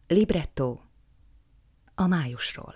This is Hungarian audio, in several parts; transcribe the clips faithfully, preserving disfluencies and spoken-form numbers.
Libretto a májusról.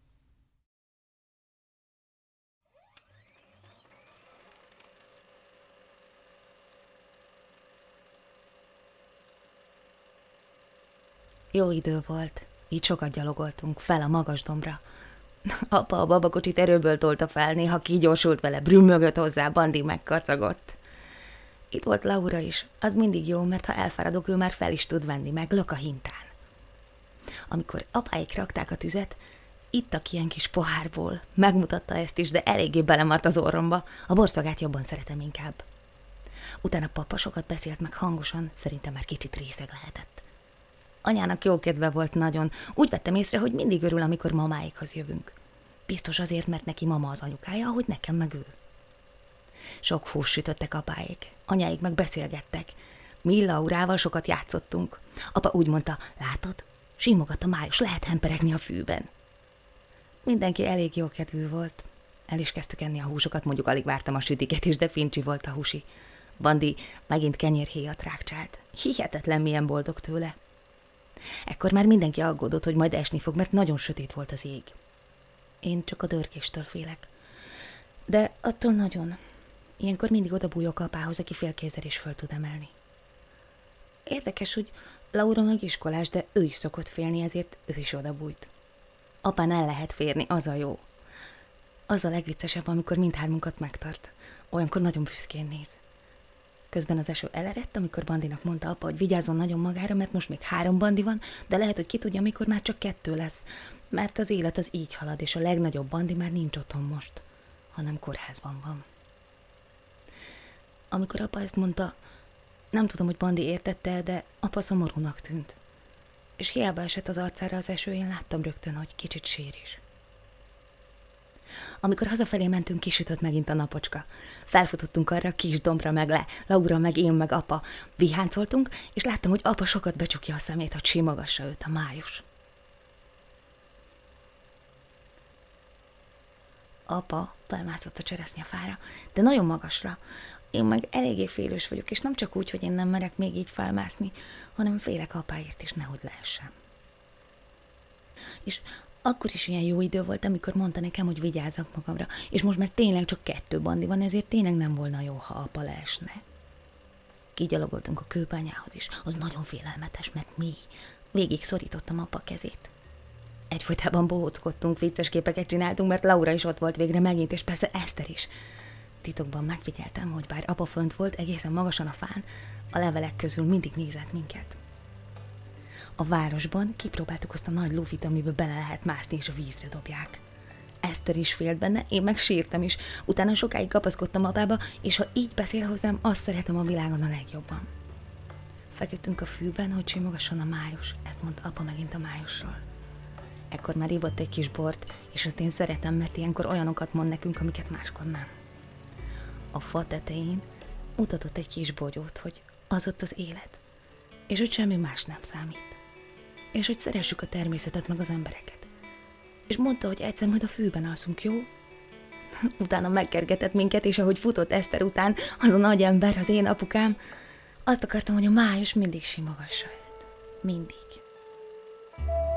Jó idő volt, így sokat gyalogoltunk fel a magas dombra. Apa a babakocsit erőből tolta fel, néha kigyorsult vele, brümmögött hozzá, Bandi megkacagott. Itt volt Laura is, az mindig jó, mert ha elfáradok, ő már fel is tud venni, meg lök a hintán. Amikor apáik rakták a tüzet, ittak ilyen kis pohárból, megmutatta ezt is, de eléggé belemart az orromba, a borszagát jobban szeretem inkább. Utána papa sokat beszélt meg hangosan, szerintem már kicsit részeg lehetett. Anyának jó kedve volt nagyon, úgy vettem észre, hogy mindig örül, amikor mamáikhoz jövünk. Biztos azért, mert neki mama az anyukája, ahogy nekem meg ő. Sok hús sütöttek apáik, anyáik meg beszélgettek. Mi Laurával sokat játszottunk. Apa úgy mondta, látod, simogat a május, lehet hemperegni a fűben. Mindenki elég jó kedvű volt. El is kezdtük enni a húsokat, mondjuk alig vártam a sütiket is, de fincsi volt a húsi. Bandi megint kenyérhéjat rákcsált. Hihetetlen milyen boldog tőle. Ekkor már mindenki aggódott, hogy majd esni fog, mert nagyon sötét volt az ég. Én csak a dörgéstől félek. De attól nagyon. Ilyenkor mindig odabújok apához, aki félkézzel is föl tud emelni. Érdekes, hogy Laura meg iskolás, de ő is szokott félni, ezért ő is odabújt. Apán el lehet férni, az a jó. Az a legviccesebb, amikor mindhármunkat megtart. Olyankor nagyon büszkén néz. Közben az eső elerett, amikor Bandinak mondta apa, hogy vigyázzon nagyon magára, mert most még három Bandi van, de lehet, hogy ki tudja, mikor már csak kettő lesz, mert az élet az így halad, és a legnagyobb Bandi már nincs otthon most, hanem kórházban van. Amikor apa ezt mondta, nem tudom, hogy Bandi értette, de apa szomorúnak tűnt. És hiába esett az arcára az eső, én láttam rögtön, hogy kicsit sír is. Amikor hazafelé mentünk, kisütött megint a napocska. Felfutottunk arra a kis dombra meg le, Laura meg én meg apa. Viháncoltunk, és láttam, hogy apa sokat becsukja a szemét, hogy simogassa őt a május. Apa felmászott a cseresznyefára, de nagyon magasra. Én meg eléggé félős vagyok, és nem csak úgy, hogy én nem merek még így felmászni, hanem félek apáért is, nehogy leessem. És akkor is ilyen jó idő volt, amikor mondta nekem, hogy vigyázzak magamra, és most már tényleg csak kettő Bandi van, ezért tényleg nem volna jó, ha apa leesne. Kigyalogoltunk a kőbányához is, az nagyon félelmetes, mert mély. Végig szorítottam apa kezét. Egyfolytában bohóckodtunk, vicces képeket csináltunk, mert Laura is ott volt végre megint, és persze Eszter is. Titokban megfigyeltem, hogy bár apa fönt volt egészen magasan a fán, a levelek közül mindig nézett minket. A városban kipróbáltuk azt a nagy lufit, amiben bele lehet mászni, és a vízre dobják. Eszter is félt benne, én meg sírtam is. Utána sokáig kapaszkodtam apába, és ha így beszél hozzám, azt szeretem a világon a legjobban. Feküdtünk a fűben, hogy simogasson a május, ezt mondta apa megint a májusról. Ekkor már ivott egy kis bort, és azt én szeretem, mert ilyenkor olyanokat mond nekünk, amiket máskor nem. A fa tetején mutatott egy kis bogyót, hogy az ott az élet, és hogy semmi más nem számít. És hogy szeressük a természetet meg az embereket. És mondta, hogy egyszer majd a fűben alszunk, jó? Utána megkergetett minket, és ahogy futott Eszter után, az a nagy ember, az én apukám, azt akartam, hogy a május mindig simogassa őt. Mindig.